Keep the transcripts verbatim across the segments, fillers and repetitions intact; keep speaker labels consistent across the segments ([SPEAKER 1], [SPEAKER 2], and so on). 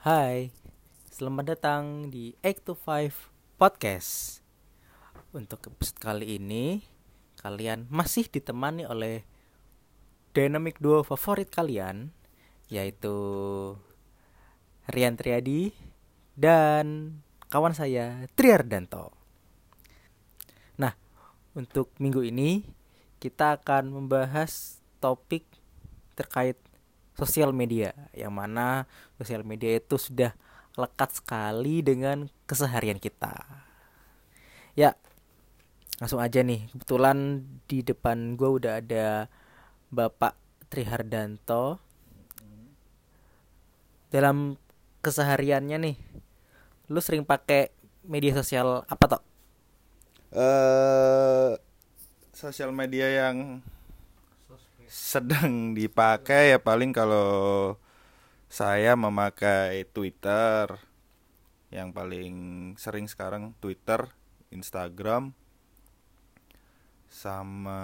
[SPEAKER 1] Hai, selamat datang di eight to five Podcast. Untuk episode kali ini, kalian masih ditemani oleh dynamic duo favorit kalian, yaitu Rian Triadi dan kawan saya Triardanto. Nah, untuk minggu ini kita akan membahas topik terkait sosial media, yang mana sosial media itu sudah lekat sekali dengan keseharian kita. Ya, langsung aja nih. Kebetulan di depan gue udah ada Bapak Trihardanto. Dalam kesehariannya nih, lu sering pakai media sosial apa toh?
[SPEAKER 2] Eh, sosial media yang sedang dipakai ya paling kalau saya memakai Twitter, yang paling sering sekarang Twitter, Instagram, sama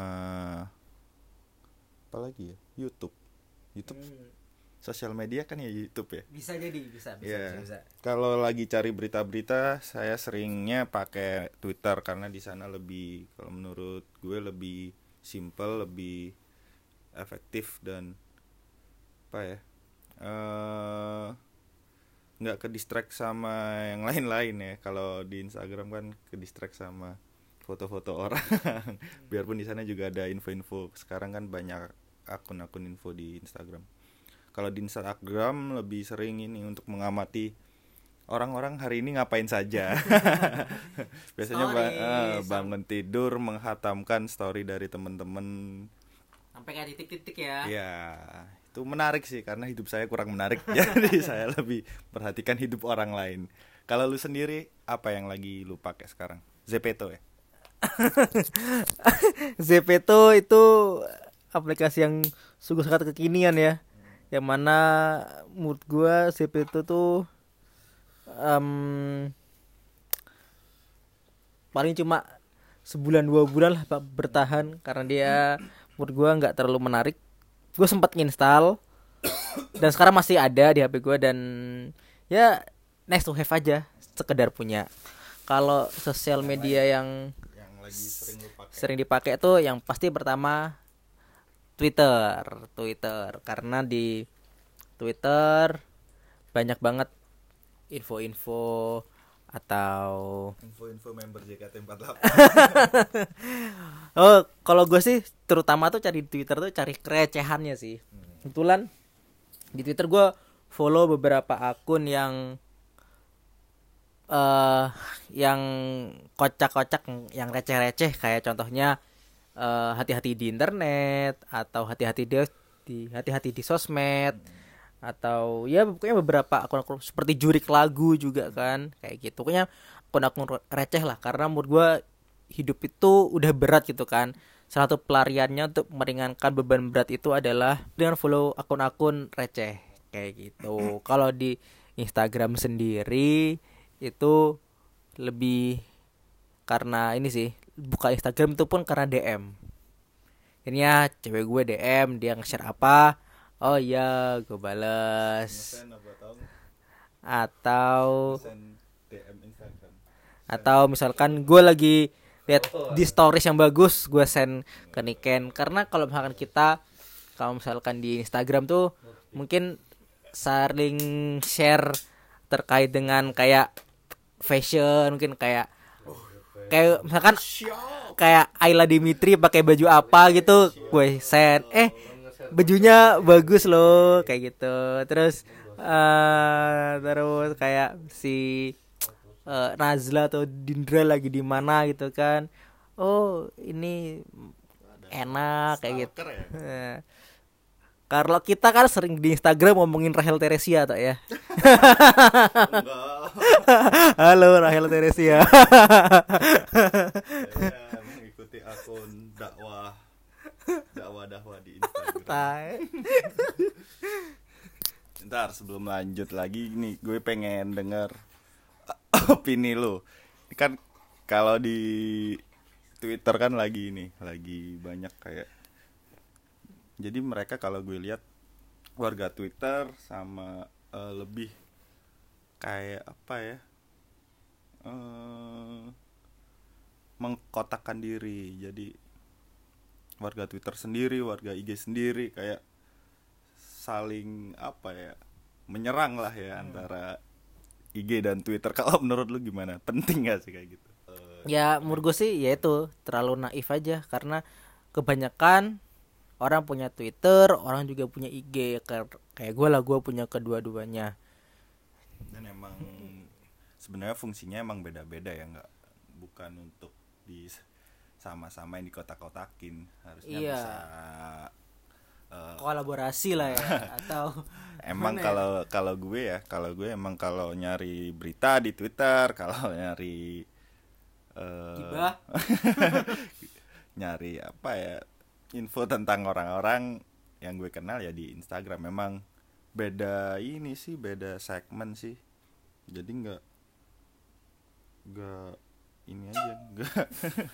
[SPEAKER 2] apa lagi ya? YouTube. YouTube sosial media kan ya, YouTube ya.
[SPEAKER 1] Bisa jadi, bisa, bisa,
[SPEAKER 2] Ya,
[SPEAKER 1] bisa, bisa.
[SPEAKER 2] kalau lagi cari berita-berita, saya seringnya pakai Twitter karena di sana lebih, kalau menurut gue lebih simple, lebih efektif dan apa ya? Eh, nggak ke distract sama yang lain-lain ya. Kalau di Instagram kan ke distract sama foto-foto orang. Biarpun di sana juga ada info-info. Sekarang kan banyak akun-akun info di Instagram. Kalau di Instagram lebih sering ini untuk mengamati orang-orang hari ini ngapain saja. Biasanya
[SPEAKER 1] Story,
[SPEAKER 2] ba- eh,
[SPEAKER 1] sam-
[SPEAKER 2] bangun tidur menghatamkan story dari teman-teman.
[SPEAKER 1] Sampai kayak titik-titik ya.
[SPEAKER 2] Ya, itu menarik sih karena hidup saya kurang menarik. Jadi saya lebih perhatikan hidup orang lain. Kalau lu sendiri apa yang lagi lu pakai sekarang? Zepeto ya?
[SPEAKER 1] Zepeto itu aplikasi yang sungguh sangat kekinian ya. Yang mana menurut gua Zepeto tuh em, paling cuma sebulan dua bulan lah Pak, bertahan karena dia menurut gua nggak terlalu menarik. Gue sempat nginstal dan sekarang masih ada di H P gua dan ya nice to have aja, sekedar punya. Kalau sosial media yang
[SPEAKER 2] Yang lagi sering lu pakai.
[SPEAKER 1] sering dipakai tuh yang pasti pertama Twitter, Twitter karena di Twitter banyak banget info-info atau
[SPEAKER 2] Info-info member J K T empat delapan.
[SPEAKER 1] oh kalau gue sih terutama tuh cari di Twitter tuh cari kerecehannya sih. Kebetulan di Twitter gue follow beberapa akun yang eh yang kocak-kocak, yang receh-receh, kayak contohnya eh, hati-hati di internet atau hati-hati di, di hati-hati di sosmed, atau ya pokoknya beberapa akun-akun seperti jurik lagu juga kan kayak gitu. Pokoknya akun-akun receh lah, karena menurut gue hidup itu udah berat gitu kan. Salah satu pelariannya untuk meringankan beban berat itu adalah dengan follow akun-akun receh kayak gitu. Kalau di Instagram sendiri itu lebih karena ini sih, buka Instagram itu pun karena D M. Akhirnya cewek gue D M, dia nge-share apa, oh iya gue bales.
[SPEAKER 2] Ngesen apa tahu?
[SPEAKER 1] Atau
[SPEAKER 2] Ngesen D M Instagram.
[SPEAKER 1] atau misalkan gue lagi lihat di stories yang bagus, gue send ke Niken. Karena kalau misalkan kita, kalau misalkan di Instagram tuh mungkin saling share terkait dengan kayak fashion, mungkin kayak kayak misalkan kayak Ayla Dimitri pakai baju apa gitu, gue send, eh bajunya bagus loh kayak gitu. Terus eh terus kayak si eh, Nazla atau Dindra lagi di mana gitu kan, oh ini enak kayak gitu.
[SPEAKER 2] Stalker ya?
[SPEAKER 1] Eh, Kalau kita kan sering di Instagram ngomongin Rahel Teresia tak ya.
[SPEAKER 2] Enggak.
[SPEAKER 1] Halo Rahel Teresia.
[SPEAKER 2] Saya mengikuti akun dakwah dakwah-dakwah di Instagram.
[SPEAKER 1] Tai.
[SPEAKER 2] Ntar sebelum lanjut lagi nih, gue pengen denger opini lo. Ini kan kalau di Twitter kan lagi ini, lagi banyak kayak, jadi mereka kalau gue lihat warga Twitter sama uh, lebih kayak apa ya, eh, mengkotakkan diri jadi warga Twitter sendiri, warga I G sendiri, kayak saling apa ya, menyerang lah ya hmm. antara I G dan Twitter. Kalau menurut lu gimana? Penting gak sih kayak gitu?
[SPEAKER 1] Ya menurut gue sih ya itu terlalu naif aja, karena kebanyakan orang punya Twitter, orang juga punya I G. Kayak gue lah, gue punya kedua-duanya.
[SPEAKER 2] Dan emang sebenarnya fungsinya emang beda-beda ya, nggak, bukan untuk di sama-sama yang dikotak-kotakin, harusnya iya. bisa
[SPEAKER 1] uh, kolaborasi lah ya. Atau
[SPEAKER 2] emang kalau ya? kalau gue ya, kalau gue emang kalau nyari berita di Twitter, kalau nyari uh, nyari apa ya, info tentang orang-orang yang gue kenal ya di Instagram. Memang beda ini sih, beda segmen sih. Jadi nggak nggak ini aja, nggak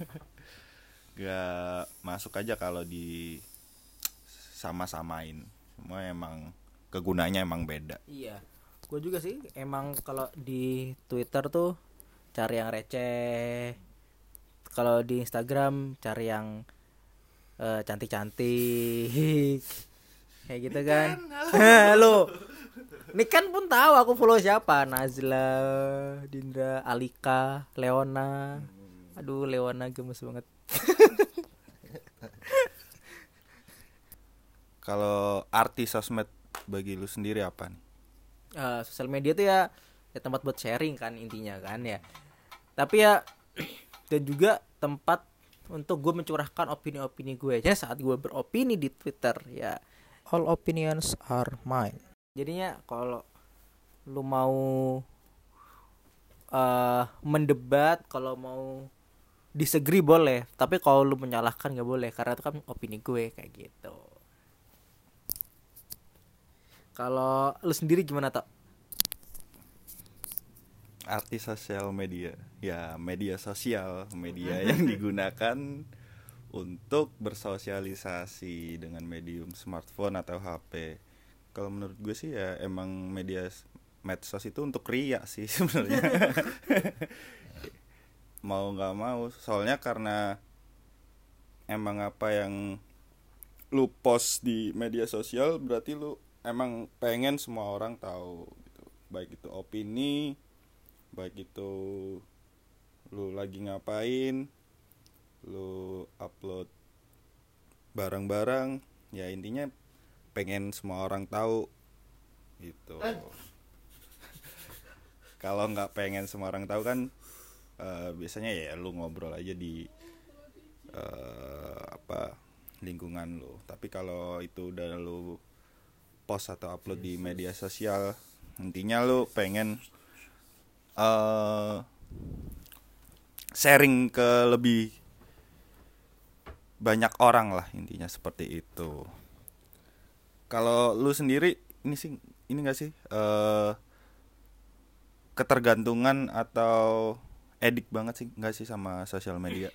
[SPEAKER 2] nggak masuk aja kalau di sama-samain. Semua emang kegunaannya emang beda.
[SPEAKER 1] Iya, gue juga sih emang kalau di Twitter tuh cari yang receh, kalau di Instagram cari yang uh, cantik-cantik kayak gitu kan. Lo ini kan pun tahu aku follow siapa, Nazla, Dindra, Alika, Leona. Aduh, Leona gemes banget.
[SPEAKER 2] Kalau artis sosmed bagi lu sendiri apa nih?
[SPEAKER 1] Uh, sosial media tuh ya, ya tempat buat sharing kan intinya kan ya. Tapi ya dan juga tempat untuk gue mencurahkan opini-opini gue. Jadi saat gue beropini di Twitter ya, all opinions are mine. Jadinya kalau lu mau uh, mendebat, kalau mau disagree boleh, tapi kalau lu menyalahkan nggak boleh, karena itu kan opini gue kayak gitu. Kalau lu sendiri gimana, Tok?
[SPEAKER 2] Artis sosial media, ya media sosial, media yang digunakan untuk bersosialisasi dengan medium smartphone atau H P. Kalau menurut gue sih ya emang media medsos itu untuk ria sih sebenarnya. Mau nggak mau, soalnya karena emang apa yang lu post di media sosial berarti lu emang pengen semua orang tahu gitu. Baik itu opini, baik itu lu lagi ngapain, lu upload barang-barang, ya intinya pengen semua orang tahu gitu. Kalau nggak pengen semua orang tahu kan uh, biasanya ya lu ngobrol aja di uh, apa lingkungan lu. Tapi kalau itu udah lu post atau upload di media sosial, intinya lu pengen uh, sharing ke lebih banyak orang lah, intinya seperti itu. Kalau lu sendiri ini sih ini nggak sih uh, ketergantungan atau edik banget sih nggak sih sama sosial media?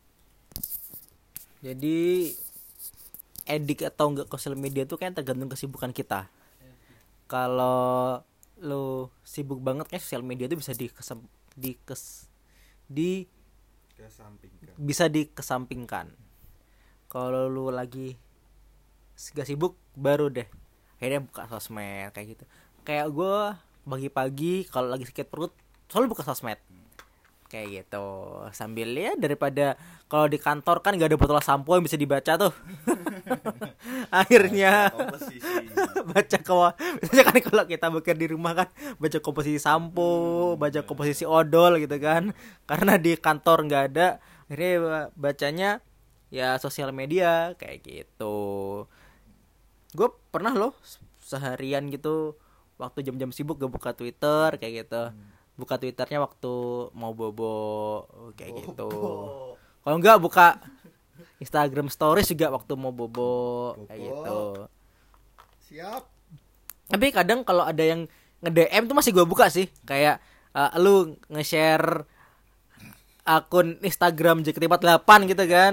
[SPEAKER 1] Jadi edik atau enggak ke sosial media tuh kan tergantung kesibukan kita. Kalau lu sibuk banget kan sosial media tuh bisa dikesem, dikes di
[SPEAKER 2] kesampingkan.
[SPEAKER 1] Bisa dikesampingkan. Kalau lu lagi gak sibuk baru deh akhirnya buka sosmed kayak gitu. Kayak gue pagi-pagi kalau lagi sakit perut selalu buka sosmed kayak gitu, sambil ya daripada kalau di kantor kan gak ada botol sampo yang bisa dibaca tuh. Akhirnya baca kawa biasanya kan kalau kita bekerja di rumah kan baca komposisi sampo, baca komposisi odol gitu kan, karena di kantor nggak ada, akhirnya bacanya ya sosial media kayak gitu. Gue pernah loh seharian gitu waktu jam-jam sibuk gak buka Twitter kayak gitu. Buka Twitternya waktu mau bobo kayak bobo. Gitu. Kalau enggak buka Instagram Stories juga waktu mau bobo, bobo. Kayak gitu.
[SPEAKER 2] Siap.
[SPEAKER 1] Tapi kadang kalau ada yang nge-D M tuh masih gue buka sih. Kayak uh, lu nge-share akun Instagram J K T empat puluh delapan gitu kan.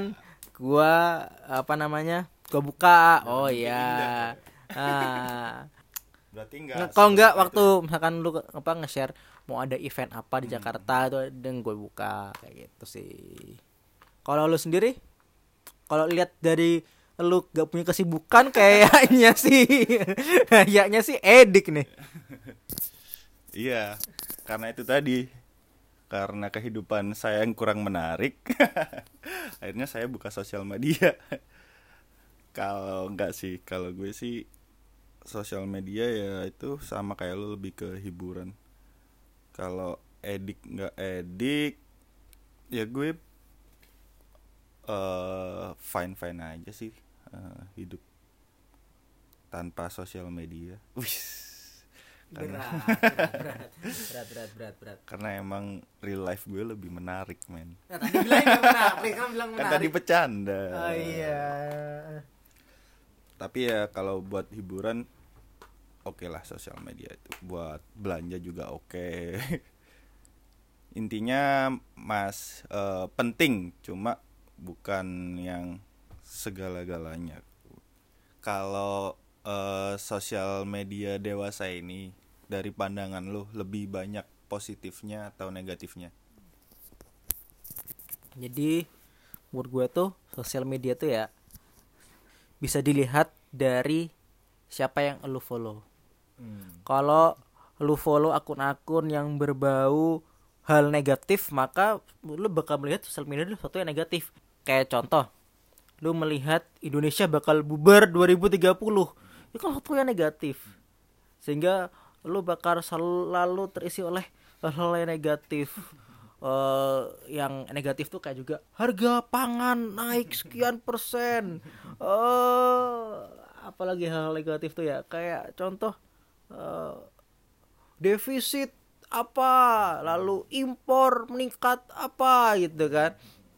[SPEAKER 1] Gua apa namanya? Gua buka. Oh iya. Nah.
[SPEAKER 2] Berarti enggak.
[SPEAKER 1] Nge- kalau enggak waktu ya? Misalkan lu apa nge-share mau ada event apa di Jakarta hmm. itu dan gue buka kayak gitu sih. Kalau lu sendiri, kalau lihat dari lu gak punya kesibukan kayaknya sih, kayaknya sih edik nih.
[SPEAKER 2] Iya, karena itu tadi, karena kehidupan saya yang kurang menarik, akhirnya saya buka sosial media. Kalau enggak sih, kalau gue sih sosial media ya itu sama kayak lu, lebih ke hiburan. Kalau edik nggak edik, ya gue uh, fine fine aja sih uh, hidup tanpa sosial media. Wih,
[SPEAKER 1] karena berat, berat, berat, berat, berat, berat.
[SPEAKER 2] Karena emang real life gue lebih menarik, men.
[SPEAKER 1] Nah, tadi bilang nggak menarik, kan bilang menarik.
[SPEAKER 2] Kan tadi bercanda.
[SPEAKER 1] Oh iya.
[SPEAKER 2] Tapi ya kalau buat hiburan, oke okay lah sosial media itu. Buat belanja juga oke. Okay. Intinya mas uh, penting, cuma bukan yang segala-galanya. Kalau uh, sosial media dewasa ini dari pandangan lu lebih banyak positifnya atau negatifnya?
[SPEAKER 1] Jadi menurut gue tuh sosial media tuh ya bisa dilihat dari siapa yang lu follow. Hmm. Kalau lu follow akun-akun yang berbau hal negatif, maka lu bakal melihat sosial media itu sesuatu yang negatif. Kayak contoh, lu melihat Indonesia bakal bubar dua ribu tiga puluh, itu kan sesuatu yang negatif. Sehingga lu bakal selalu terisi oleh hal-hal yang negatif. Uh, yang negatif tuh kayak juga harga pangan naik sekian persen. Uh, apalagi hal negatif tuh ya, kayak contoh uh, defisit apa, lalu impor meningkat apa gitu kan.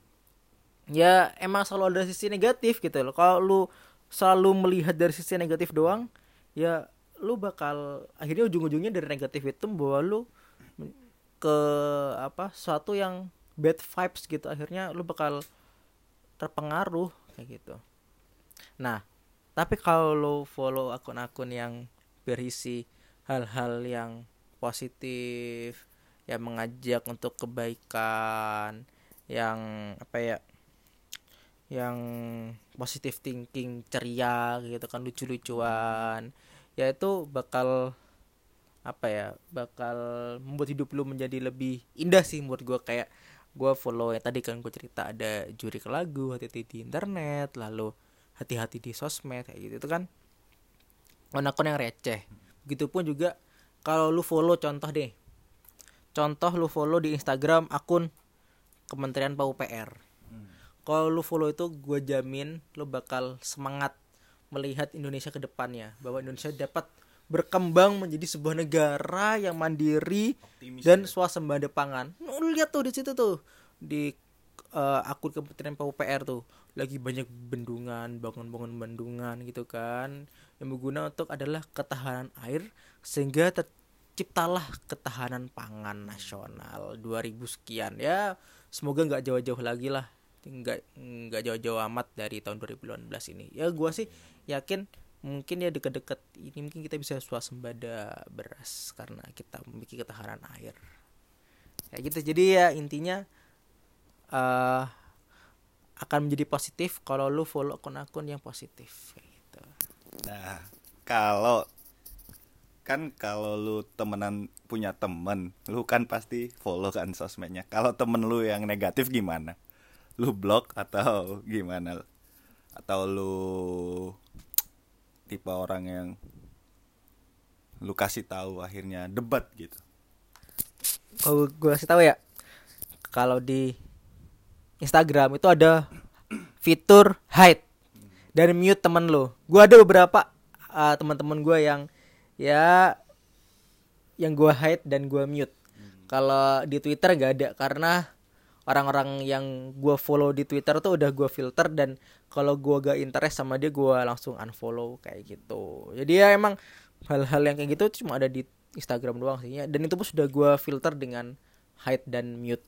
[SPEAKER 1] Ya emang selalu ada sisi negatif gitu loh. Kalau lu selalu melihat dari sisi negatif doang, ya lu bakal akhirnya ujung-ujungnya dari negatif itu membawa lu ke apa, suatu yang bad vibes gitu. Akhirnya lu bakal terpengaruh kayak gitu. Nah, tapi kalau lu follow akun-akun yang berisi hal-hal yang positif, yang mengajak untuk kebaikan, yang apa ya, yang positive thinking, ceria gitu kan, lucu-lucuan, ya itu bakal apa ya, bakal membuat hidup lu menjadi lebih indah sih menurut gue. Kayak gue follow yang tadi kan gue cerita, ada juri ke lagu, hati-hati di internet, lalu hati-hati di sosmed kayak gitu. Itu kan akun-akun yang receh. Begitupun juga kalau lu follow, contoh deh, contoh lu follow di Instagram akun Kementerian P U P R. Hmm. Kalau lu follow itu, gue jamin lu bakal semangat melihat Indonesia ke depannya, bahwa Indonesia dapat berkembang menjadi sebuah negara yang mandiri, optimis dan ya, swasembada pangan. Lu lihat tuh di situ tuh di uh, akun Kementerian P U P R tuh lagi banyak bendungan, bangun-bangun bendungan gitu kan, yang berguna untuk adalah ketahanan air, sehingga terciptalah ketahanan pangan nasional dua ribu sekian. Ya semoga nggak jauh-jauh lagi lah, nggak nggak jauh-jauh amat dari tahun dua ribu delapan belas ini. Ya gue sih yakin mungkin ya deket-deket ini mungkin kita bisa swasembada beras karena kita memiliki ketahanan air kayak gitu. Jadi ya intinya uh, akan menjadi positif kalau lu follow akun-akun yang positif kayak gitu.
[SPEAKER 2] Nah, kalau kan kalau lu temenan punya temen, lu kan pasti follow kan sosmednya. Kalau temen lu yang negatif gimana? Lu blok atau gimana? Atau lu tipe orang yang lu kasih tahu akhirnya debat gitu?
[SPEAKER 1] Kalau gue kasih tahu ya, kalau di Instagram itu ada fitur hide dan mute temen lu. Gue ada beberapa uh, teman-teman gue yang ya yang gue hide dan gue mute. Hmm. Kalau di Twitter nggak ada, karena orang-orang yang gue follow di Twitter tuh udah gue filter, dan kalau gue gak interest sama dia gue langsung unfollow kayak gitu. Jadi ya emang hal-hal yang kayak gitu cuma ada di Instagram doang sih ya. Dan itu pun sudah gue filter dengan hide dan mute.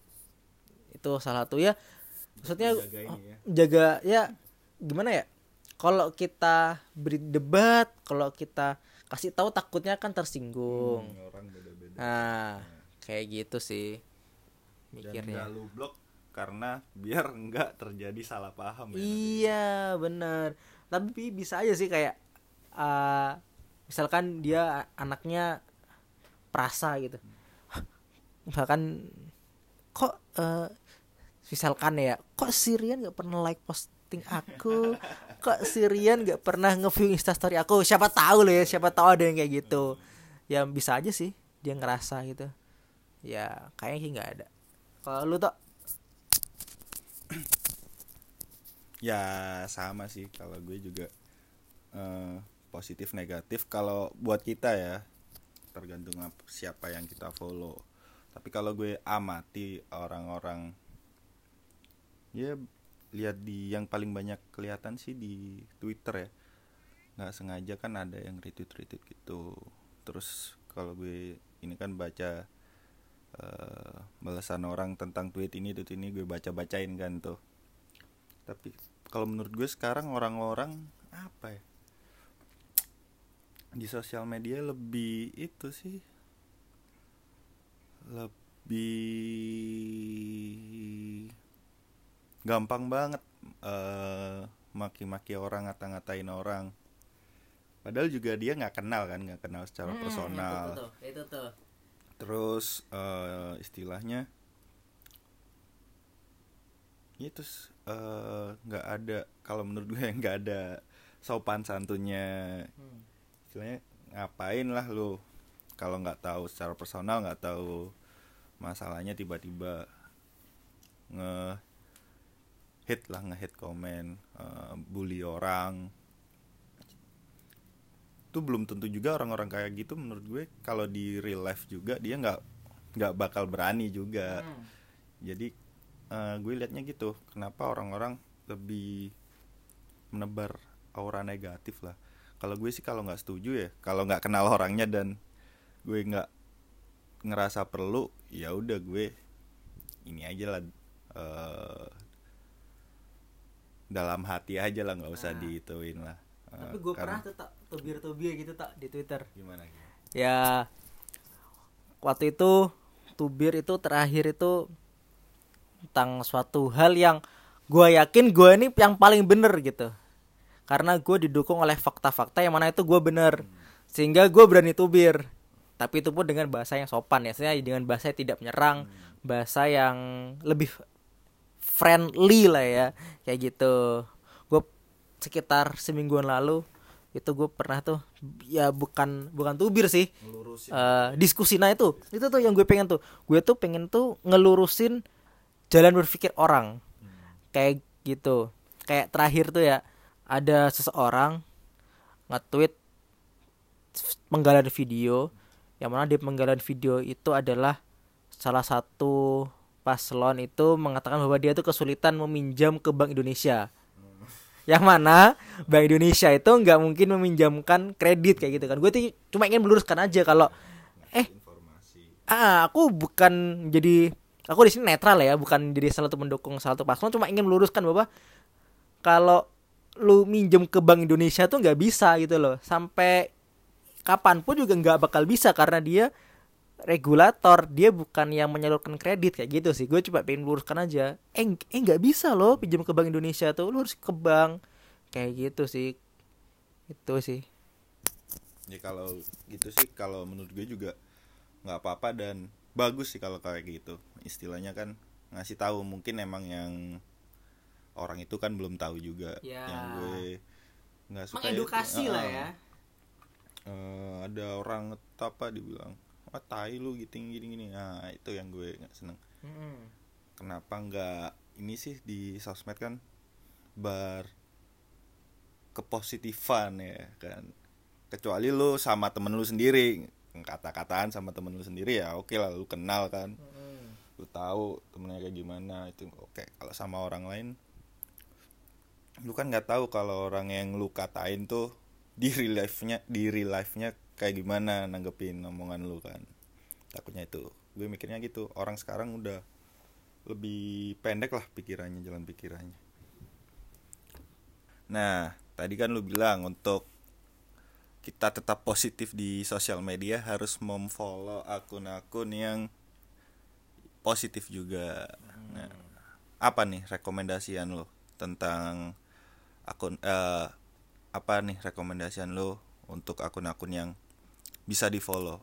[SPEAKER 1] Itu salah satu ya. Maksudnya jaga, ini ya. jaga ya gimana ya? kalau kita beri debat, kalau kita kasih tahu takutnya kan tersinggung.
[SPEAKER 2] Hmm, orang beda-beda.
[SPEAKER 1] Nah, kayak gitu sih
[SPEAKER 2] Dan
[SPEAKER 1] mikirnya.
[SPEAKER 2] nggak lu blok karena biar nggak terjadi salah paham ya.
[SPEAKER 1] Iya, bener. Tapi bisa aja sih kayak uh, misalkan dia anaknya perasa gitu. Misalkan kok uh, misalkan ya, kok Sirian nggak pernah like posting aku, kok Sirian nggak pernah nge-view instastory aku. Siapa tahu loh ya, siapa tahu ada yang kayak gitu. Ya bisa aja sih dia ngerasa gitu. Ya kayaknya sih nggak ada. Kalau lu tuh
[SPEAKER 2] Ya sama sih kalau gue juga eh, positif negatif kalau buat kita ya, tergantung ap- siapa yang kita follow. Tapi kalau gue amati orang-orang, ya lihat di yang paling banyak kelihatan sih di Twitter ya, nggak sengaja kan ada yang retweet retweet gitu. Terus kalau gue ini kan baca eh, balasan orang tentang tweet ini tweet ini gue baca bacain kan tuh. Tapi kalau menurut gue sekarang orang-orang apa ya, di sosial media lebih itu sih, lebih gampang banget eh, maki-maki orang, ngata-ngatain orang. Padahal juga dia nggak kenal kan, nggak kenal secara personal.
[SPEAKER 1] itu tuh, itu tuh.
[SPEAKER 2] Terus eh, istilahnya ya terus eh, nggak ada, kalau menurut gue nggak ada sopan santunnya.
[SPEAKER 1] Hmm.
[SPEAKER 2] Istilahnya ngapain lah lu kalau nggak tahu secara personal, nggak tahu masalahnya, tiba-tiba nge hit lah, nge hit komen, uh, bully orang. Itu belum tentu juga orang-orang kayak gitu menurut gue kalau di real life juga dia nggak nggak bakal berani juga.
[SPEAKER 1] Hmm.
[SPEAKER 2] Jadi uh, gue liatnya gitu, kenapa orang-orang lebih menebar aura negatif lah. Kalau gue sih kalau nggak setuju ya, kalau nggak kenal orangnya dan gue nggak ngerasa perlu, ya udah gue ini aja lah, uh, dalam hati aja lah, nggak usah
[SPEAKER 1] Nah.
[SPEAKER 2] diituin lah. Uh,
[SPEAKER 1] Tapi gue
[SPEAKER 2] karena-
[SPEAKER 1] pernah tuh tak tubir-tubir gitu tak di Twitter.
[SPEAKER 2] Gimana gitu?
[SPEAKER 1] Ya waktu itu tubir itu terakhir itu tentang suatu hal yang gue yakin gue ini yang paling bener gitu, karena gue didukung oleh fakta-fakta yang mana itu gue bener, sehingga gue berani tubir. Tapi itu pun dengan bahasa yang sopan ya, sebenarnya dengan bahasa yang tidak menyerang, bahasa yang lebih friendly lah ya, kayak gitu. Gue sekitar semingguan lalu itu gue pernah tuh, ya bukan bukan tubir sih, uh, diskusi. Nah itu itu tuh yang gue pengen tuh, gue tuh pengen tuh ngelurusin jalan berpikir orang, kayak gitu. Kayak terakhir tuh ya, ada seseorang nge-tweet penggalan video, yang mana di penggalan video itu adalah salah satu paslon itu mengatakan bahwa dia tuh kesulitan meminjam ke Bank Indonesia. Yang mana Bank Indonesia itu nggak mungkin meminjamkan kredit kayak gitu kan. Gue tuh cuma ingin meluruskan aja kalau eh ah aku bukan jadi, aku di sini netral ya, bukan jadi salah satu mendukung salah satu paslon, cuma ingin meluruskan bahwa kalau lu minjem ke Bank Indonesia tuh nggak bisa gitu loh, sampai kapanpun juga nggak bakal bisa karena dia regulator, dia bukan yang menyalurkan kredit kayak gitu sih. Gue coba pengen luruskan aja, eh eh nggak bisa loh pinjam ke Bank Indonesia tuh, lu harus ke bank kayak gitu sih. Itu sih
[SPEAKER 2] Ya kalau gitu sih, kalau menurut gue juga nggak apa-apa dan bagus sih kalau kayak gitu. Istilahnya kan ngasih tahu, mungkin emang yang orang itu kan belum tahu juga.
[SPEAKER 1] Ya.
[SPEAKER 2] Yang gue nggak suka
[SPEAKER 1] mengedukasi
[SPEAKER 2] itu,
[SPEAKER 1] lah
[SPEAKER 2] uh,
[SPEAKER 1] ya.
[SPEAKER 2] uh, ada orang apa dibilang, ah tai lu gitu gini gini. Nah itu yang gue nggak seneng.
[SPEAKER 1] Mm-hmm.
[SPEAKER 2] Kenapa nggak ini sih di sosmed kan bar kepositifan ya kan, kecuali lu sama temen lu sendiri, kata-kataan sama temen lu sendiri ya oke lah, lu kenal kan, mm-hmm. lu tahu temennya kayak gimana, itu oke. Kalau sama orang lain lu kan nggak tahu kalau orang yang lu katain tuh di real life-nya di real life-nya kayak gimana nanggepin omongan lu kan. Takutnya itu, gue mikirnya gitu. Orang sekarang udah lebih pendek lah pikirannya, jalan pikirannya. Nah tadi kan lu bilang untuk kita tetap positif di sosial media harus memfollow akun-akun yang positif juga. Nah, apa nih rekomendasian lo tentang akun eh, apa nih rekomendasian lo untuk akun-akun yang bisa di follow?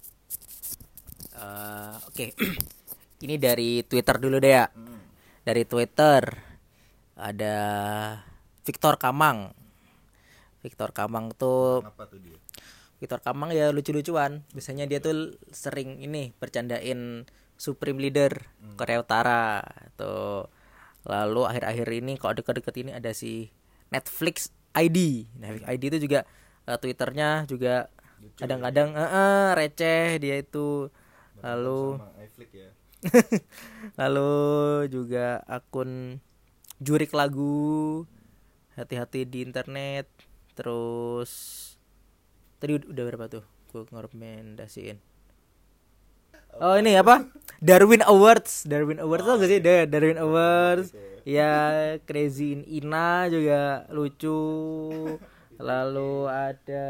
[SPEAKER 1] Uh, Oke, okay. Ini dari Twitter dulu deh ya. Hmm. Dari Twitter ada Victor Kamang. Victor Kamang tuh.
[SPEAKER 2] Apa tuh dia?
[SPEAKER 1] Victor Kamang ya lucu-lucuan. Biasanya dia tuh sering ini bercandain Supreme Leader hmm. Korea Utara tuh. Lalu akhir-akhir ini kalau deket-deket ini ada si Netflix I D. Netflix I D itu juga uh, Twitternya juga lucu, kadang-kadang ya. uh, uh, receh dia itu. Lalu
[SPEAKER 2] ya.
[SPEAKER 1] lalu juga akun Jurik Lagu, hati-hati di internet. Terus tadi udah berapa tuh gue ngerekomendasiin. Oh ini apa? Darwin Awards. Darwin Awards oh, tuh gak sih? Okay. Darwin Awards. Ya Crazy in Ina juga lucu. Lalu ada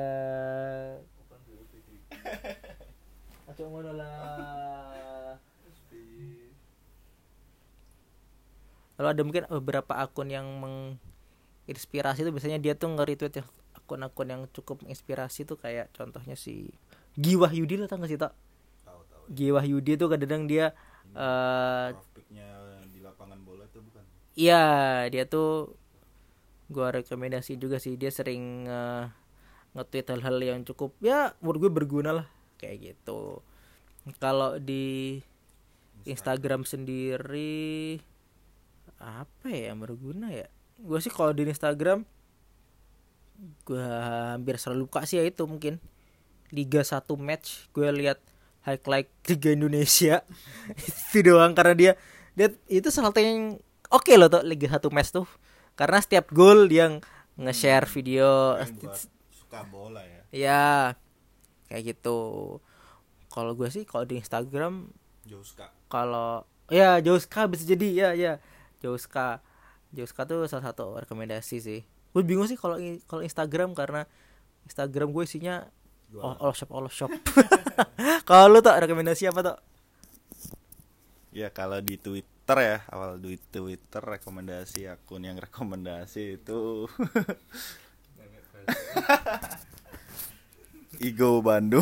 [SPEAKER 1] Acok ngono lah. Lalu ada mungkin beberapa akun yang menginspirasi tuh biasanya dia tuh nge-retweet ya akun-akun yang cukup menginspirasi tuh kayak contohnya si Gi Wahyudi lo tau gak sih tak? Tahu tahu. Gi Wahyudi tuh kadang-kadang dia uh,
[SPEAKER 2] picknya di lapangan bola tuh bukan?
[SPEAKER 1] Iya dia tuh gua rekomendasi juga sih, dia sering uh, nge-tweet hal-hal yang cukup ya menurut gue berguna lah kayak gitu. Kalau di Instagram sendiri apa ya yang berguna ya? Gue sih kalau di Instagram gue hampir selalu buka sih ya itu mungkin Liga satu match gue lihat highlight Liga Indonesia itu doang karena dia dia itu salah satu yang oke okay loh tuh Liga satu match tuh karena setiap gol dia nge-share hmm, video
[SPEAKER 2] suka bola ya.
[SPEAKER 1] Ya kayak gitu. Kalau gue sih kalau di Instagram
[SPEAKER 2] Jouska.
[SPEAKER 1] Kalau ya Jouska bisa jadi ya ya Jouska. Jouska tuh salah satu rekomendasi sih. Gue bingung sih kalau kalau Instagram karena Instagram gue isinya oh, all shop all shop. Kalau lu tuh rekomendasi apa tuh?
[SPEAKER 2] Ya kalau di Twitter ya, awal di Twitter rekomendasi akun yang rekomendasi itu Igo Bandung.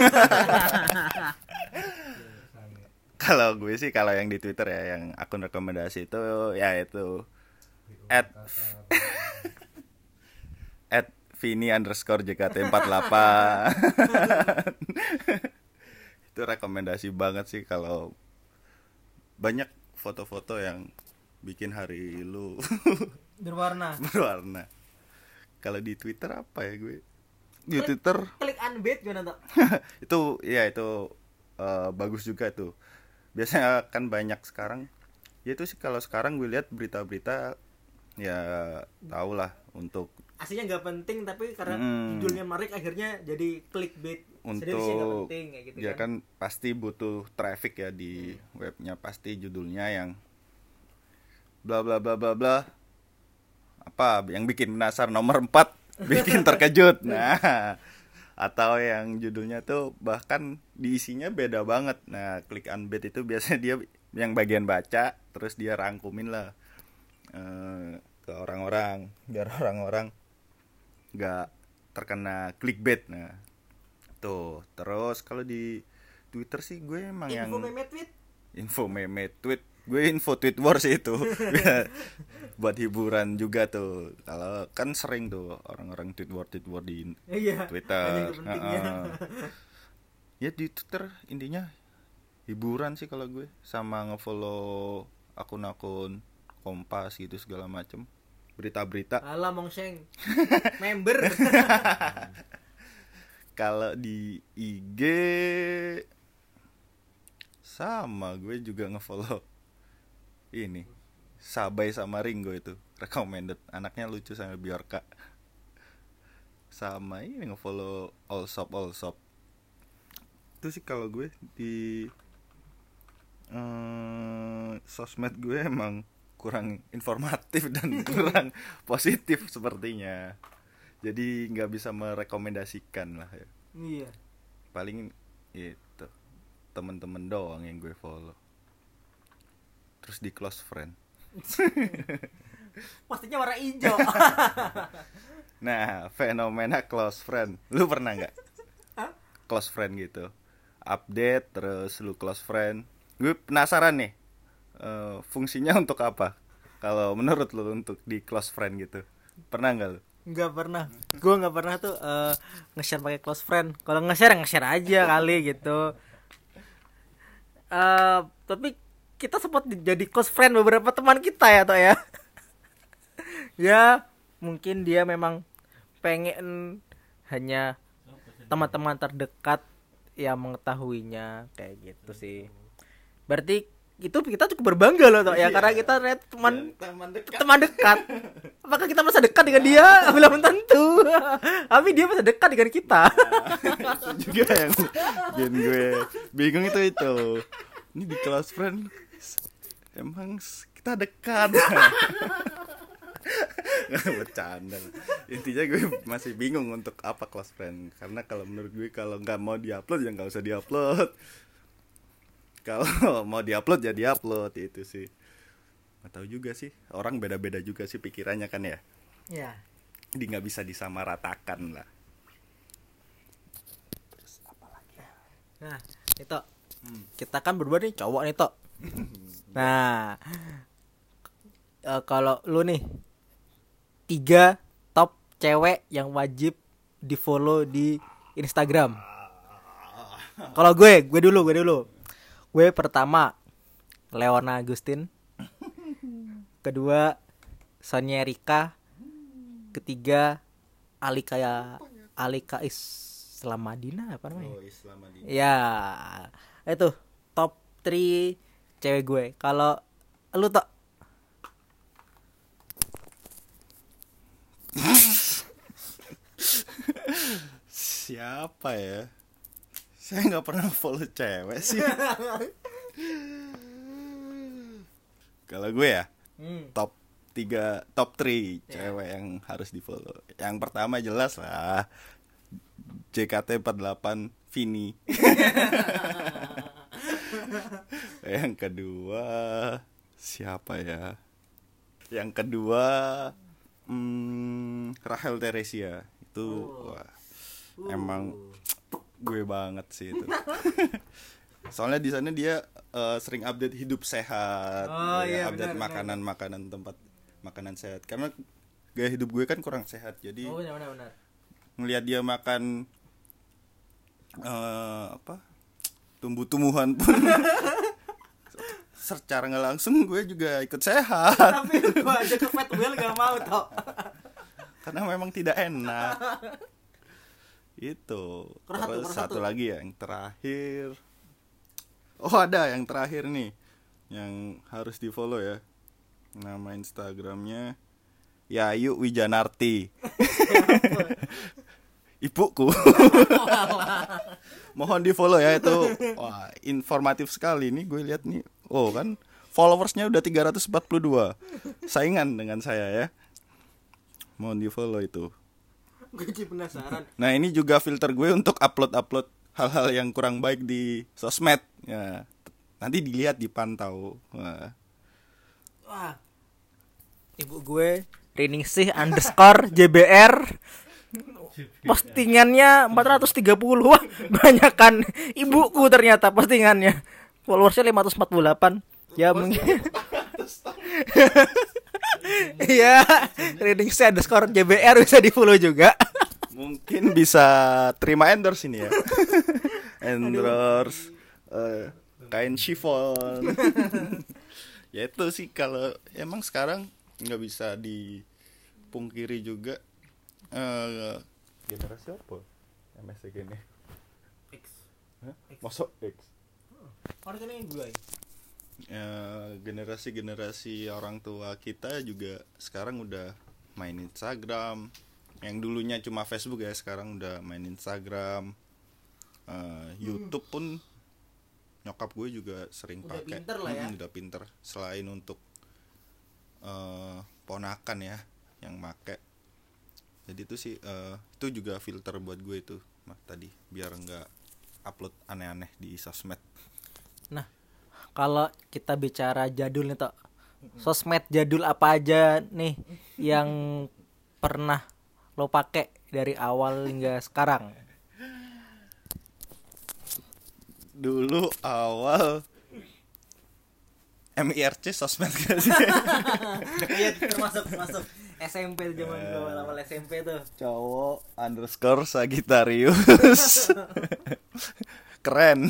[SPEAKER 2] Kalau gue sih kalau yang di Twitter ya yang akun rekomendasi itu ya itu at at Vini underscore J K T empat puluh delapan. Itu rekomendasi banget sih kalau banyak foto-foto yang bikin hari lu
[SPEAKER 1] berwarna.
[SPEAKER 2] Berwarna. Kalau di Twitter apa ya gue? Di klik, Twitter
[SPEAKER 1] klik unbait gimana tuh?
[SPEAKER 2] Itu ya itu uh, bagus juga tuh. Biasanya kan banyak sekarang. Ya itu sih kalau sekarang gue lihat berita-berita ya tau lah untuk
[SPEAKER 1] aslinya nggak penting tapi karena hmm, judulnya menarik akhirnya jadi clickbait.
[SPEAKER 2] Untuk penting, ya, gitu ya kan. kan pasti butuh traffic ya di hmm. webnya, pasti judulnya yang bla bla bla bla bla apa yang bikin penasaran nomor empat bikin terkejut. Nah atau yang judulnya tuh bahkan diisinya beda banget. Nah klik unbait itu biasanya dia yang bagian baca terus dia rangkumin lah uh, ke orang-orang biar orang-orang nggak terkena clickbait. Nah tuh terus kalau di Twitter sih gue emang
[SPEAKER 1] info
[SPEAKER 2] yang
[SPEAKER 1] meme tweet
[SPEAKER 2] info meme tweet gue info tweet war sih itu buat hiburan juga tuh. Kalau kan sering tuh orang-orang tweet war tweet war di
[SPEAKER 1] iya,
[SPEAKER 2] Twitter uh-uh. Ya di Twitter intinya hiburan sih kalau gue, sama ngefollow akun-akun Kompas gitu segala macem, berita-berita.
[SPEAKER 1] Alah Mongseng member.
[SPEAKER 2] Kalau di I G sama gue juga ngefollow ini Sabai sama Ringo, itu recommended, anaknya lucu sama Bjorka. Sama ini ngefollow Allsop Allsop. Itu sih kalau gue di um, sosmed gue emang kurang informatif dan kurang positif sepertinya. Jadi nggak bisa merekomendasikan lah ya.
[SPEAKER 1] Iya.
[SPEAKER 2] Paling itu temen-temen doang yang gue follow. Terus di close friend.
[SPEAKER 1] Pastinya warna hijau.
[SPEAKER 2] Nah, fenomena close friend. Lu pernah nggak close friend gitu? Update terus lu close friend. Gue penasaran nih. Uh, fungsinya untuk apa? Kalau menurut lu untuk di close friend gitu. Pernah nggak lu?
[SPEAKER 1] Nggak pernah. Gue nggak pernah tuh uh, nge-share pakai close friend. Kalau nge-share nge-share aja kali gitu. Uh, tapi kita sempat jadi close friend beberapa teman kita ya toh ya. Ya mungkin dia memang pengen hanya teman-teman terdekat yang mengetahuinya kayak gitu sih. Berarti itu kita cukup berbangga loh toh ya, karena kita lihat teman
[SPEAKER 2] teman dekat.
[SPEAKER 1] teman dekat. Apakah kita masa dekat dengan dia? Belum tentu. Tapi dia masa dekat dengan kita.
[SPEAKER 2] Nah, itu juga yang bikin gue bingung itu itu. Ini di close friend emang kita dekat. Nggak, bercanda. Intinya gue masih bingung untuk apa close friend. Karena kalau menurut gue kalau nggak mau diupload ya nggak usah diupload. Kalau mau diupload ya diupload, itu sih. Nggak tahu juga sih. Orang beda-beda juga sih pikirannya kan ya.
[SPEAKER 1] Ya.
[SPEAKER 2] Jadi nggak bisa disamaratakan lah.
[SPEAKER 1] Terus apa lagi? Nah, itu hmm. kita kan berdua nih cowok nih toh. Nah, uh, kalau lu nih tiga top cewek yang wajib di follow di Instagram. Kalau gue, gue dulu, gue dulu. Gue pertama Leona Agustin, kedua Sonia Rika, ketiga Alika Alika Islam Madinah apa namanya?
[SPEAKER 2] Oh, Islam Madinah.
[SPEAKER 1] Ya, itu top tiga cewek gue. Kalau lu tak
[SPEAKER 2] siapa ya? Saya nggak pernah follow cewek sih. Kalau gue ya, hmm. top tiga, top tiga cewek yeah. yang harus di follow. Yang pertama jelas lah J K T empat puluh delapan Vini. Yang kedua siapa ya? Yang kedua hmm, Rachel Teresia. Itu oh. wah, uh. emang gue banget sih itu. Soalnya di sana dia uh, sering update hidup sehat,
[SPEAKER 1] oh,
[SPEAKER 2] ya,
[SPEAKER 1] iya,
[SPEAKER 2] update
[SPEAKER 1] benar,
[SPEAKER 2] makanan-makanan tempat makanan sehat. Karena gaya hidup gue kan kurang sehat, jadi
[SPEAKER 1] oh, benar, benar.
[SPEAKER 2] ngelihat dia makan uh, apa tumbuh-tumbuhan pun secara nggak langsung gue juga ikut sehat.
[SPEAKER 1] Tapi gue aja ke Fat Wheel gak mau toh.
[SPEAKER 2] Karena memang tidak enak. Itu.
[SPEAKER 1] Terus
[SPEAKER 2] Terus
[SPEAKER 1] satu,
[SPEAKER 2] satu
[SPEAKER 1] satu.
[SPEAKER 2] lagi ya yang terakhir. Oh, ada yang terakhir nih yang harus di follow ya. Nama Instagramnya Yayu Wijanarti. Ibuku. Mohon di follow ya itu. Wah, informatif sekali nih gue lihat nih. Oh kan followersnya udah tiga ratus empat puluh dua. Saingan dengan saya ya. Mohon di follow itu.
[SPEAKER 1] Gue jadi penasaran.
[SPEAKER 2] Nah, ini juga filter gue untuk upload-upload hal-hal yang kurang baik di sosmed. Ya, nanti dilihat, dipantau. Wah.
[SPEAKER 1] Wah. Ibu gue Riningsih underscore J B R. Postingannya empat ratus tiga puluh. Wah, banyak kan. Ibuku ternyata postingannya. Followersnya lima ratus empat puluh delapan. Ya mungkin. Iya, Riningsih underscore J B R bisa di follow juga.
[SPEAKER 2] Mungkin bisa terima endorse ini ya. Endorse uh, kain chiffon. Ya itu sih, kalau emang sekarang nggak bisa dipungkiri juga uh, generasi apa M S C gini
[SPEAKER 1] X
[SPEAKER 2] Hah? Masuk X
[SPEAKER 1] orang ini gue
[SPEAKER 2] uh, generasi-generasi orang tua kita juga sekarang udah main Instagram. Yang dulunya cuma Facebook ya, sekarang udah main Instagram, uh, YouTube pun nyokap gue juga sering pakai.
[SPEAKER 1] Pinter lah ya.
[SPEAKER 2] Hmm, udah pinter. Selain untuk uh, ponakan ya yang make. Jadi itu sih uh, itu juga filter buat gue itu mah tadi biar nggak upload aneh-aneh di sosmed.
[SPEAKER 1] Nah, kalau kita bicara jadul nih Tok, sosmed jadul apa aja nih yang pernah lo pakai dari awal hingga sekarang?
[SPEAKER 2] Dulu awal M I R C sosmed gak sih?
[SPEAKER 1] Iya, termasuk masuk S M P zaman gue awal S M P tuh.
[SPEAKER 2] Cowok underscore Sagittarius. Keren.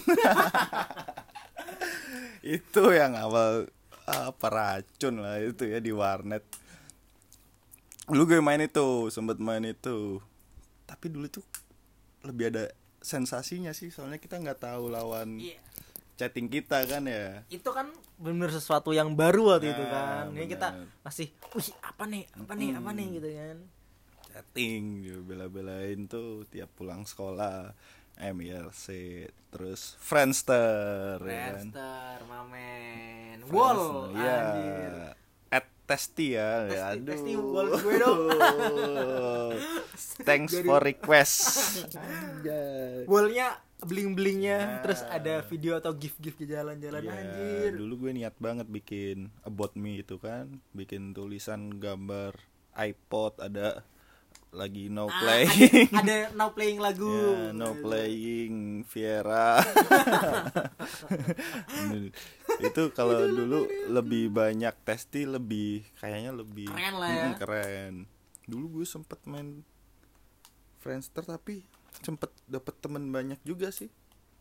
[SPEAKER 2] Itu yang awal apa racun lah itu ya di warnet. Dulu gue main itu, sempet main itu. Tapi dulu tuh lebih ada sensasinya sih, soalnya kita nggak tahu lawan
[SPEAKER 1] Iya.
[SPEAKER 2] chatting kita kan ya.
[SPEAKER 1] Itu kan benar sesuatu yang baru waktu
[SPEAKER 2] Nah,
[SPEAKER 1] itu kan. Ini
[SPEAKER 2] bener.
[SPEAKER 1] kita masih, wih apa nih, apa nih, apa nih gitu kan.
[SPEAKER 2] Chatting juga bela-belain tuh tiap pulang sekolah. M I R C, terus Friendster, ya kan?
[SPEAKER 1] Friendster, mamen. Wall,
[SPEAKER 2] Friendster, ya.
[SPEAKER 1] anjir.
[SPEAKER 2] At Testy ya,
[SPEAKER 1] Testy,
[SPEAKER 2] ya, aduh.
[SPEAKER 1] Testy, wall gue dong.
[SPEAKER 2] Thanks
[SPEAKER 1] Jadi-
[SPEAKER 2] for request. Anjay.
[SPEAKER 1] Wallnya bling-blingnya,
[SPEAKER 2] Nah.
[SPEAKER 1] terus ada video atau gif-gif di jalan-jalan,
[SPEAKER 2] Iya,
[SPEAKER 1] anjir.
[SPEAKER 2] dulu gue niat banget bikin about me itu kan, bikin tulisan gambar iPod, ada lagi no
[SPEAKER 1] Ah,
[SPEAKER 2] playing.
[SPEAKER 1] ada, ada now playing lagu.
[SPEAKER 2] Ya, no playing Viera. Itu kalau dulu lebih banyak Testy, lebih kayaknya lebih
[SPEAKER 1] Keren lah ya.
[SPEAKER 2] Mm, keren. Dulu gue sempet main Friendster tapi sempet dapet temen banyak juga sih.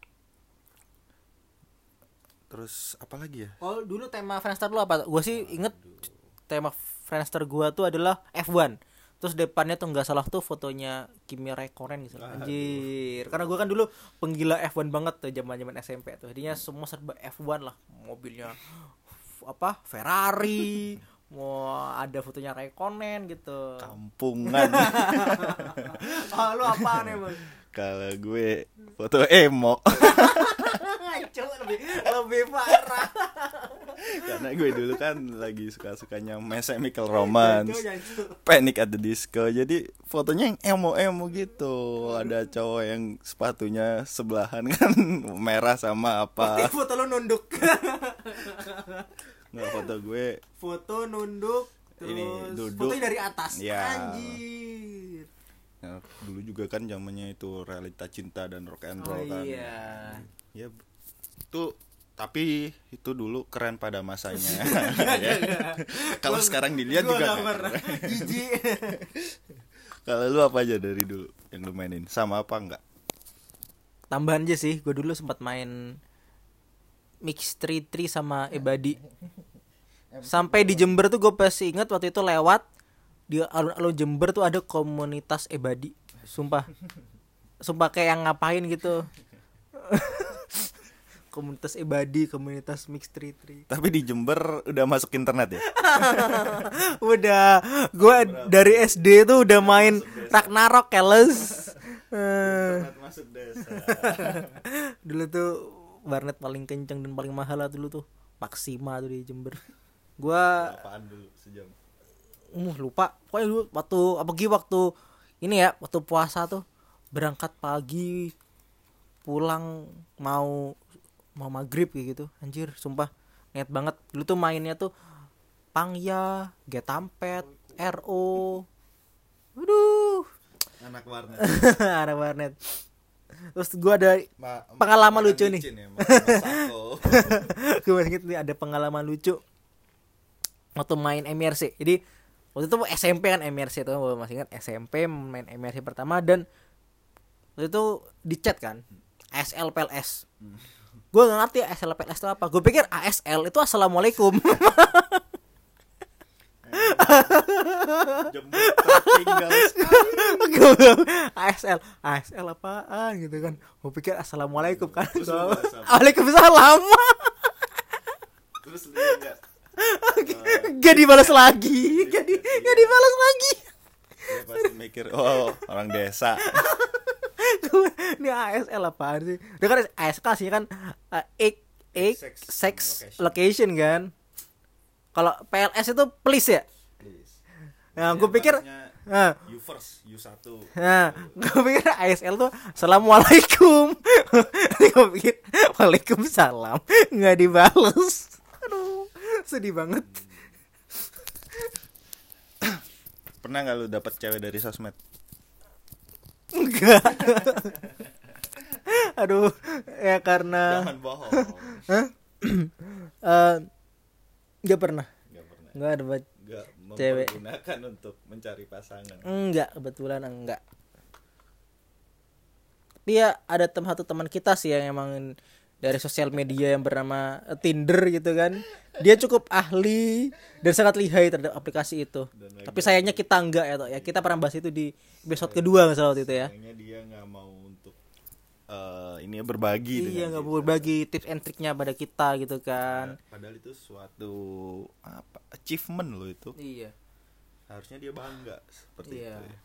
[SPEAKER 2] Terus apa lagi ya?
[SPEAKER 1] Oh, dulu tema Friendster lu apa? Gua sih inget tema Friendster gua tuh adalah F satu. Terus depannya tuh nggak salah tuh fotonya Kimi Räikkönen gitu. Anjir. Karena gua kan dulu penggila F satu banget tuh zaman-zaman S M P tuh. Jadinya semua serba F satu lah. Mobilnya f- apa? Ferrari. Mau ada fotonya Räikkönen gitu.
[SPEAKER 2] Kampungan.
[SPEAKER 1] Ah, lu apaan emang?
[SPEAKER 2] Kalau gue foto emo.
[SPEAKER 1] Cuk, lebih lebih parah.
[SPEAKER 2] Karena gue dulu kan lagi suka-sukanya My Chemical Romance,
[SPEAKER 1] Cuk, jangan, cuk.
[SPEAKER 2] Panic at the Disco. Jadi fotonya yang emo-emo gitu. Ada cowok yang sepatunya sebelahan kan merah sama
[SPEAKER 1] Pasti
[SPEAKER 2] apa.
[SPEAKER 1] foto lu nunduk.
[SPEAKER 2] Nggak, foto gue
[SPEAKER 1] Foto nunduk terus
[SPEAKER 2] Ini, duduk.
[SPEAKER 1] fotonya dari atas.
[SPEAKER 2] Ya.
[SPEAKER 1] Anjir.
[SPEAKER 2] nah, dulu juga kan zamannya itu realita cinta dan rock and
[SPEAKER 1] Oh
[SPEAKER 2] roll kan.
[SPEAKER 1] iya.
[SPEAKER 2] Ya itu tapi itu dulu keren pada masanya. Kalau sekarang dilihat
[SPEAKER 1] Gua
[SPEAKER 2] juga
[SPEAKER 1] nggak
[SPEAKER 2] nggak
[SPEAKER 1] pernah.
[SPEAKER 2] keren.
[SPEAKER 1] Jijik.
[SPEAKER 2] Kalau lu apa aja dari dulu yang lu mainin? Sama apa enggak?
[SPEAKER 1] Tambahan aja sih, gue dulu sempat main Mix tiga tiga sama Ebadi. Sampai di Jember tuh gue pasti inget waktu itu lewat di alun-alun Jember tuh ada komunitas Ebadi. Sumpah. Sumpah kayak yang ngapain gitu. Komunitas Ebadi, komunitas Mix tiga tiga.
[SPEAKER 2] Tapi di Jember udah masuk internet ya?
[SPEAKER 1] Udah, gue dari S D tuh udah main Ragnarok Keles.
[SPEAKER 2] Internet masuk desa.
[SPEAKER 1] Dulu tuh warnet paling kenceng dan paling mahal lah dulu tuh, Maxima tuh di Jember. Gua
[SPEAKER 2] Apaan dulu sejam?
[SPEAKER 1] uh lupa. Pokoknya dulu waktu apalagi waktu ini ya, waktu puasa tuh berangkat pagi pulang mau mau maghrib kayak gitu. Anjir, sumpah niat banget. Dulu tuh mainnya tuh Pangya, Getampet, R O. Aduh,
[SPEAKER 2] Anak warnet.
[SPEAKER 1] ada warnet. Terus gua ada
[SPEAKER 2] Ma-
[SPEAKER 1] Pengalaman
[SPEAKER 2] makan
[SPEAKER 1] lucu nih.
[SPEAKER 2] licin ya, makan masako.
[SPEAKER 1] gue masih inget nih ada pengalaman lucu waktu main M R C. Jadi waktu itu S M P kan M R C tuh, gue masih ingat S M P main M R C pertama dan waktu itu di chat kan A S L P L S. Gue gak ngerti A S L P L S itu apa. Gue pikir A S L itu assalamualaikum.
[SPEAKER 2] Jember tertinggal sekali.
[SPEAKER 1] A S L A S L apaan gitu kan. Gue pikir assalamualaikum kan.
[SPEAKER 2] Terus lu balas apa?
[SPEAKER 1] Waalaikumsalam.
[SPEAKER 2] Terus lu enggak
[SPEAKER 1] Gak dibalas lagi. Gak di, gak dibalas lagi.
[SPEAKER 2] dia pasti mikir oh orang desa.
[SPEAKER 1] Ini A S L apaan sih? Dia kan A S K sih kan uh, X X
[SPEAKER 2] Sex
[SPEAKER 1] sex
[SPEAKER 2] location.
[SPEAKER 1] location kan. Kalau P L S itu please ya.
[SPEAKER 2] Please.
[SPEAKER 1] Nah,
[SPEAKER 2] Ya,
[SPEAKER 1] gue pikir
[SPEAKER 2] bahasanya
[SPEAKER 1] nah,
[SPEAKER 2] you first, you satu.
[SPEAKER 1] nah, gue pikir A S L tuh assalamualaikum. Gue pikir waalaikumsalam, nggak dibales. Aduh, sedih banget.
[SPEAKER 2] Pernah nggak lu dapet cewek dari sosmed?
[SPEAKER 1] Enggak. Aduh, ya karena
[SPEAKER 2] Jangan bohong.
[SPEAKER 1] Hah? Eh, nggak pernah.
[SPEAKER 2] Nggak pernah.
[SPEAKER 1] Nggak ada buat
[SPEAKER 2] Nggak
[SPEAKER 1] cewek.
[SPEAKER 2] mempergunakan untuk mencari pasangan.
[SPEAKER 1] Enggak, kebetulan enggak. Tapi ya ada tem satu teman kita sih yang emang dari sosial media yang bernama eh, Tinder gitu kan. Dia cukup ahli dan sangat lihai terhadap aplikasi itu.
[SPEAKER 2] Dan
[SPEAKER 1] Tapi sayangnya kita enggak ya, toh ya. Kita pernah bahas itu di episode kedua nggak salah waktu itu ya.
[SPEAKER 2] Sayangnya dia nggak mau untuk eh, ini ya berbagi.
[SPEAKER 1] Iya,
[SPEAKER 2] dengan
[SPEAKER 1] nggak
[SPEAKER 2] kita.
[SPEAKER 1] berbagi tips and triknya pada kita gitu kan.
[SPEAKER 2] Padahal itu suatu apa achievement lo itu.
[SPEAKER 1] Iya.
[SPEAKER 2] Harusnya dia bangga seperti
[SPEAKER 1] Iya.
[SPEAKER 2] itu. Ya.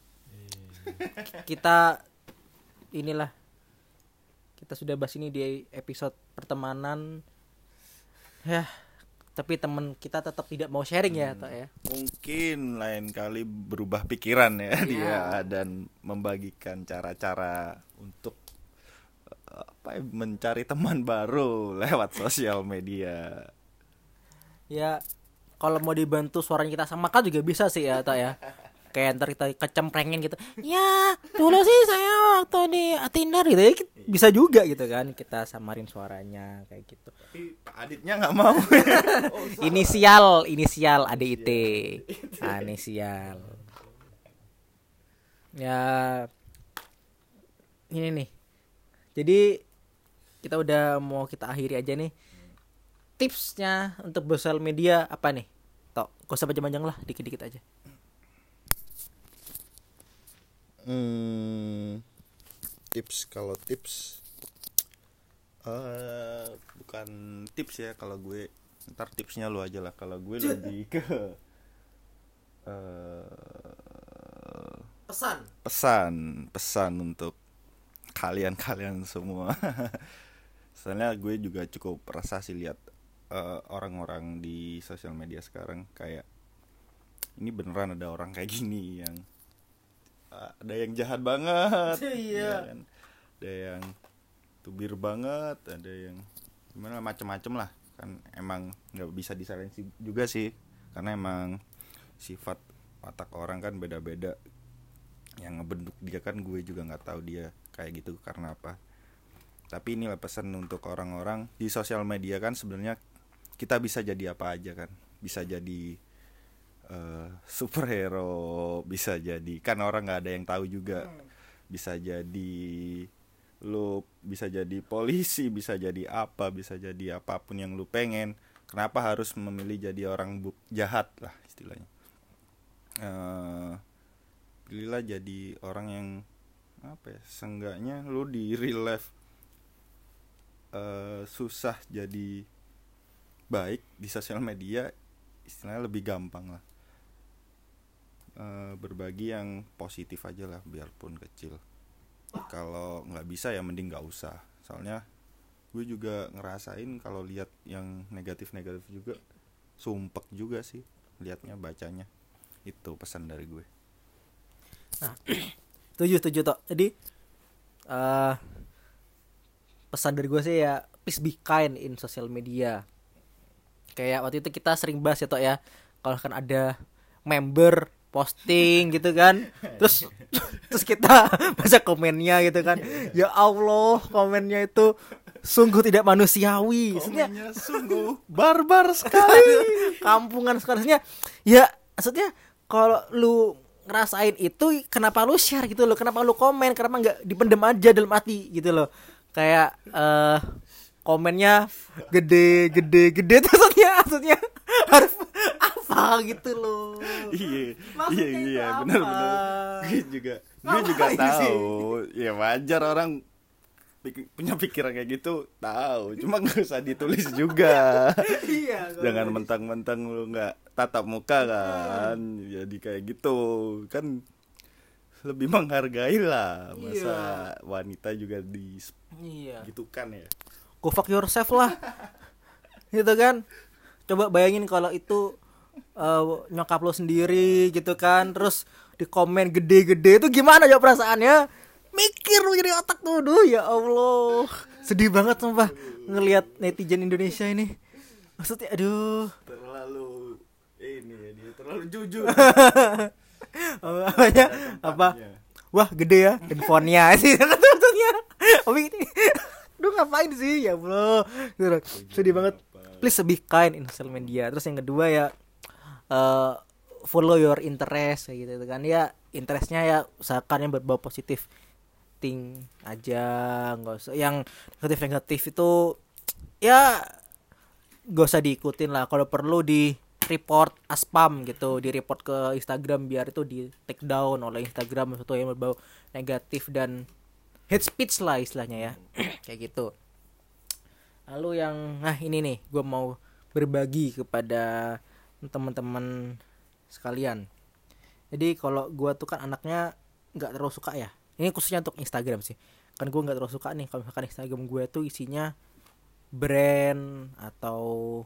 [SPEAKER 1] Kita inilah kita sudah bahas ini di episode pertemanan ya, tapi teman kita tetap tidak mau sharing ya, toh ya.
[SPEAKER 2] Mungkin lain kali berubah pikiran ya
[SPEAKER 1] Iya.
[SPEAKER 2] dia dan membagikan cara-cara untuk eh, apa ya, mencari teman baru lewat sosial media.
[SPEAKER 1] Ya kalau mau dibantu suaranya kita samakan juga bisa sih ya, toh ya. Kayak ntar kita kecemprengin gitu. Ya dulu sih saya waktu di Tinder gitu ya, bisa juga gitu kan, kita samarin suaranya kayak gitu.
[SPEAKER 2] Tapi Pak Aditnya nggak mau.
[SPEAKER 1] Inisial, inisial A D I T. Ah, inisial. Ya ini nih. Jadi kita udah mau kita akhiri aja nih. Tipsnya untuk sosial media apa nih? Tok, gak usah panjang-panjang lah, dikit-dikit aja.
[SPEAKER 2] Hmm, tips kalau tips eh bukan tips ya kalau gue, ntar tipsnya lu aja lah. Kalau gue lebih ke eh
[SPEAKER 1] Pesan.
[SPEAKER 2] pesan pesan untuk kalian-kalian semua. Soalnya gue juga cukup resah sih lihat eh, orang-orang di sosial media sekarang, kayak ini beneran ada orang kayak gini yang ada yang jahat banget,
[SPEAKER 1] Iya.
[SPEAKER 2] ya kan? Ada yang tubir banget, ada yang gimana macem-macem lah, kan emang nggak bisa disalahin sih- juga sih, karena emang sifat watak orang kan beda-beda. Yang ngebentuk dia kan gue juga nggak tahu dia kayak gitu karena apa. Tapi inilah pesan untuk orang-orang di sosial media, kan sebenarnya kita bisa jadi apa aja kan, bisa jadi Uh, superhero, bisa jadi kan orang nggak ada yang tahu juga, bisa jadi lu bisa jadi polisi, bisa jadi apa, bisa jadi apapun yang lu pengen. Kenapa harus memilih jadi orang bu- jahat lah istilahnya. Uh, pilihlah jadi orang yang apa ya, seenggaknya lu di real life uh, susah jadi baik, di sosial media istilahnya lebih gampang lah. Uh, berbagi yang positif aja lah, biarpun kecil. Kalau nggak bisa ya mending nggak usah. Soalnya gue juga ngerasain kalau lihat yang negatif-negatif juga sumpek juga sih liatnya, bacanya. Itu pesan dari gue.
[SPEAKER 1] Nah, setuju setuju toh. Jadi uh, pesan dari gue sih ya, please be kind in social media. Kayak waktu itu kita sering bahas ya toh ya, kalau kan ada member posting gitu kan, terus terus kita baca komennya gitu kan, ya Allah komennya itu sungguh tidak manusiawi, maksudnya
[SPEAKER 2] Komennya sungguh barbar sekali.
[SPEAKER 1] kampungan sekali. Maksudnya ya, maksudnya kalau lu ngerasain itu kenapa lu share gitu loh, kenapa lu komen, kenapa nggak dipendem aja dalam hati gitu loh. Kayak eh komennya gede gede gede tuh, maksudnya maksudnya harus apa gitu loh.
[SPEAKER 2] Iya,
[SPEAKER 1] Maksudnya
[SPEAKER 2] iya,
[SPEAKER 1] itu
[SPEAKER 2] iya,
[SPEAKER 1] apa?
[SPEAKER 2] benar benar. Gue juga, gue juga
[SPEAKER 1] Ngapain sih?
[SPEAKER 2] tahu. Ya wajar orang pik- punya pikiran kayak gitu, tahu. Cuma nggak usah ditulis juga.
[SPEAKER 1] Iya,
[SPEAKER 2] Jangan mentang-mentang lu nggak tatap muka kan, jadi kayak gitu kan, lebih menghargai lah. Masa
[SPEAKER 1] Iya.
[SPEAKER 2] wanita juga di
[SPEAKER 1] iya.
[SPEAKER 2] gitu kan ya.
[SPEAKER 1] Go fuck yourself lah. Gitu kan. Coba bayangin kalau itu uh, nyokap lo sendiri gitu kan, terus di komen gede-gede itu gimana ya perasaannya? Mikir lu jadi otak tuh, duh ya Allah, sedih banget sumpah ngelihat netizen Indonesia ini. Maksudnya aduh,
[SPEAKER 2] terlalu ini ya, dia terlalu jujur.
[SPEAKER 1] apanya apa? Wah gede ya handphonenya sih tentunya. Tapi ini, duh ngapain sih ya bro? Sedih banget. Please be kind in social media. Terus yang kedua ya, uh, follow your interest kayak gitu kan ya. Interestnya ya usahakan yang berbau positif ting aja, nggak usah yang negatif-negatif itu ya nggak usah diikutin lah. Kalau perlu di report as spam gitu, di report ke Instagram biar itu di take down oleh Instagram sesuatu yang berbau negatif dan hate speech lah istilahnya ya. Kayak gitu. Lalu yang nah ini nih gue mau berbagi kepada teman-teman sekalian. Jadi kalau gue tuh kan anaknya nggak terlalu suka ya, ini khususnya untuk Instagram sih, kan gue nggak terlalu suka nih kalau misalkan Instagram gue tuh isinya brand atau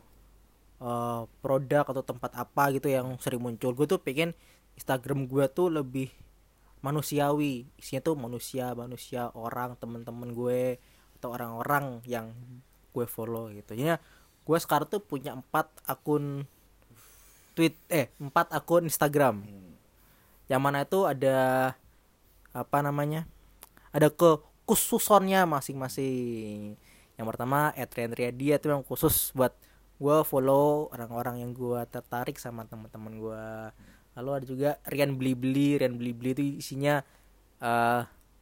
[SPEAKER 1] uh, produk atau tempat apa gitu yang sering muncul. Gue tuh pengen Instagram gue tuh lebih manusiawi, isinya tuh manusia manusia orang teman-teman gue atau orang-orang yang gue follow gitu. Jadi gue sekarang tuh punya empat akun tweet eh empat akun Instagram, yang mana itu ada apa namanya, ada ke khususannya masing-masing. Yang pertama @rianria dia tuh yang khusus buat gue follow orang-orang yang gue tertarik sama teman-teman gue. Lalu ada juga Rian beli-beli, Rian beli-beli itu isinya uh,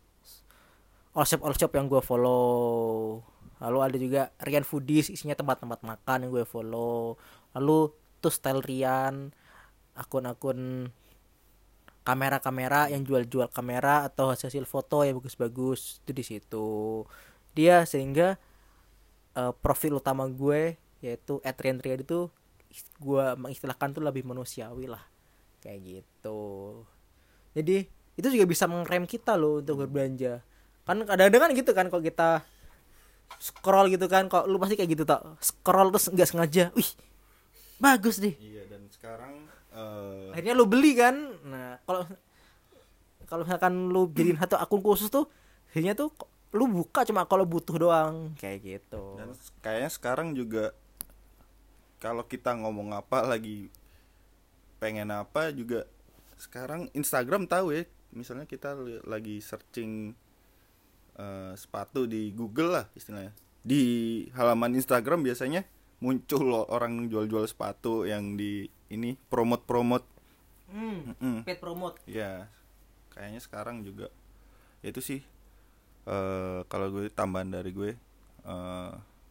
[SPEAKER 1] all shop all shop yang gue follow. Lalu ada juga Rian Foodies, isinya tempat-tempat makan yang gue follow. Lalu tuh Style Rian, akun-akun kamera-kamera yang jual-jual kamera atau hasil foto yang bagus-bagus itu di situ dia, sehingga uh, profil utama gue yaitu @rianria itu gue mengistilahkan tuh lebih manusiawi lah kayak gitu. Jadi itu juga bisa mengrem kita loh untuk berbelanja. Kan kadang-kadang kan gitu kan, kalau kita scroll gitu kan, kok lu pasti kayak gitu tak scroll terus nggak sengaja, wih bagus deh.
[SPEAKER 2] Iya, dan sekarang uh...
[SPEAKER 1] akhirnya lu beli kan. Nah kalau kalau misalkan lu jadiin satu akun khusus tuh, akhirnya tuh lu buka cuma kalau butuh doang kayak gitu.
[SPEAKER 2] Dan kayaknya sekarang juga kalau kita ngomong apa lagi pengen apa juga sekarang Instagram tahu ya. Misalnya kita lagi searching uh, sepatu di Google lah istilahnya, di halaman Instagram biasanya muncul loh orang jual-jual sepatu yang di ini promote-promote,
[SPEAKER 1] hmm, paid promote
[SPEAKER 2] ya. Kayaknya sekarang juga ya itu sih, uh, kalau gue tambahan dari gue uh,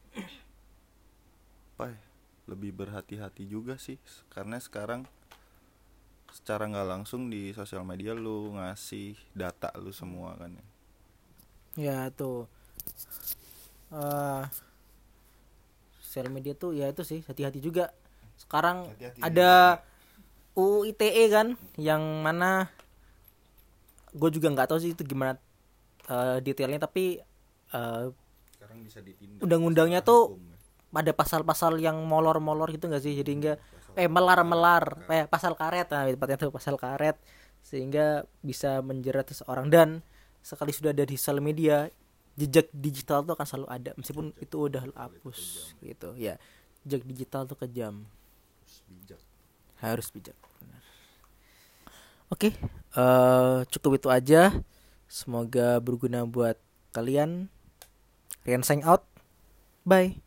[SPEAKER 2] apa ya, lebih berhati-hati juga sih, karena sekarang secara nggak langsung di sosial media lu ngasih data lu semua kan ya.
[SPEAKER 1] Ya tuh uh, sosial media tuh ya itu sih hati-hati juga. Sekarang hati-hati ada juga U U I T E kan, yang mana gue juga nggak tahu sih itu gimana uh, detailnya, tapi uh, sekarang bisa ditindak. Undang-undangnya tuh hukum, ada pasal-pasal yang molor-molor gitu nggak sih, jadi enggak eh melar-melar eh pasal karet, nah tepatnya tuh pasal karet, sehingga bisa menjerat seseorang. Dan sekali sudah ada di sosial media, jejak digital tuh akan selalu ada meskipun itu udah hapus gitu ya. Jejak digital tuh kejam, harus bijak, harus bijak. Benar. Oke, uh, cukup itu aja, semoga berguna buat kalian. Rian sign out, bye.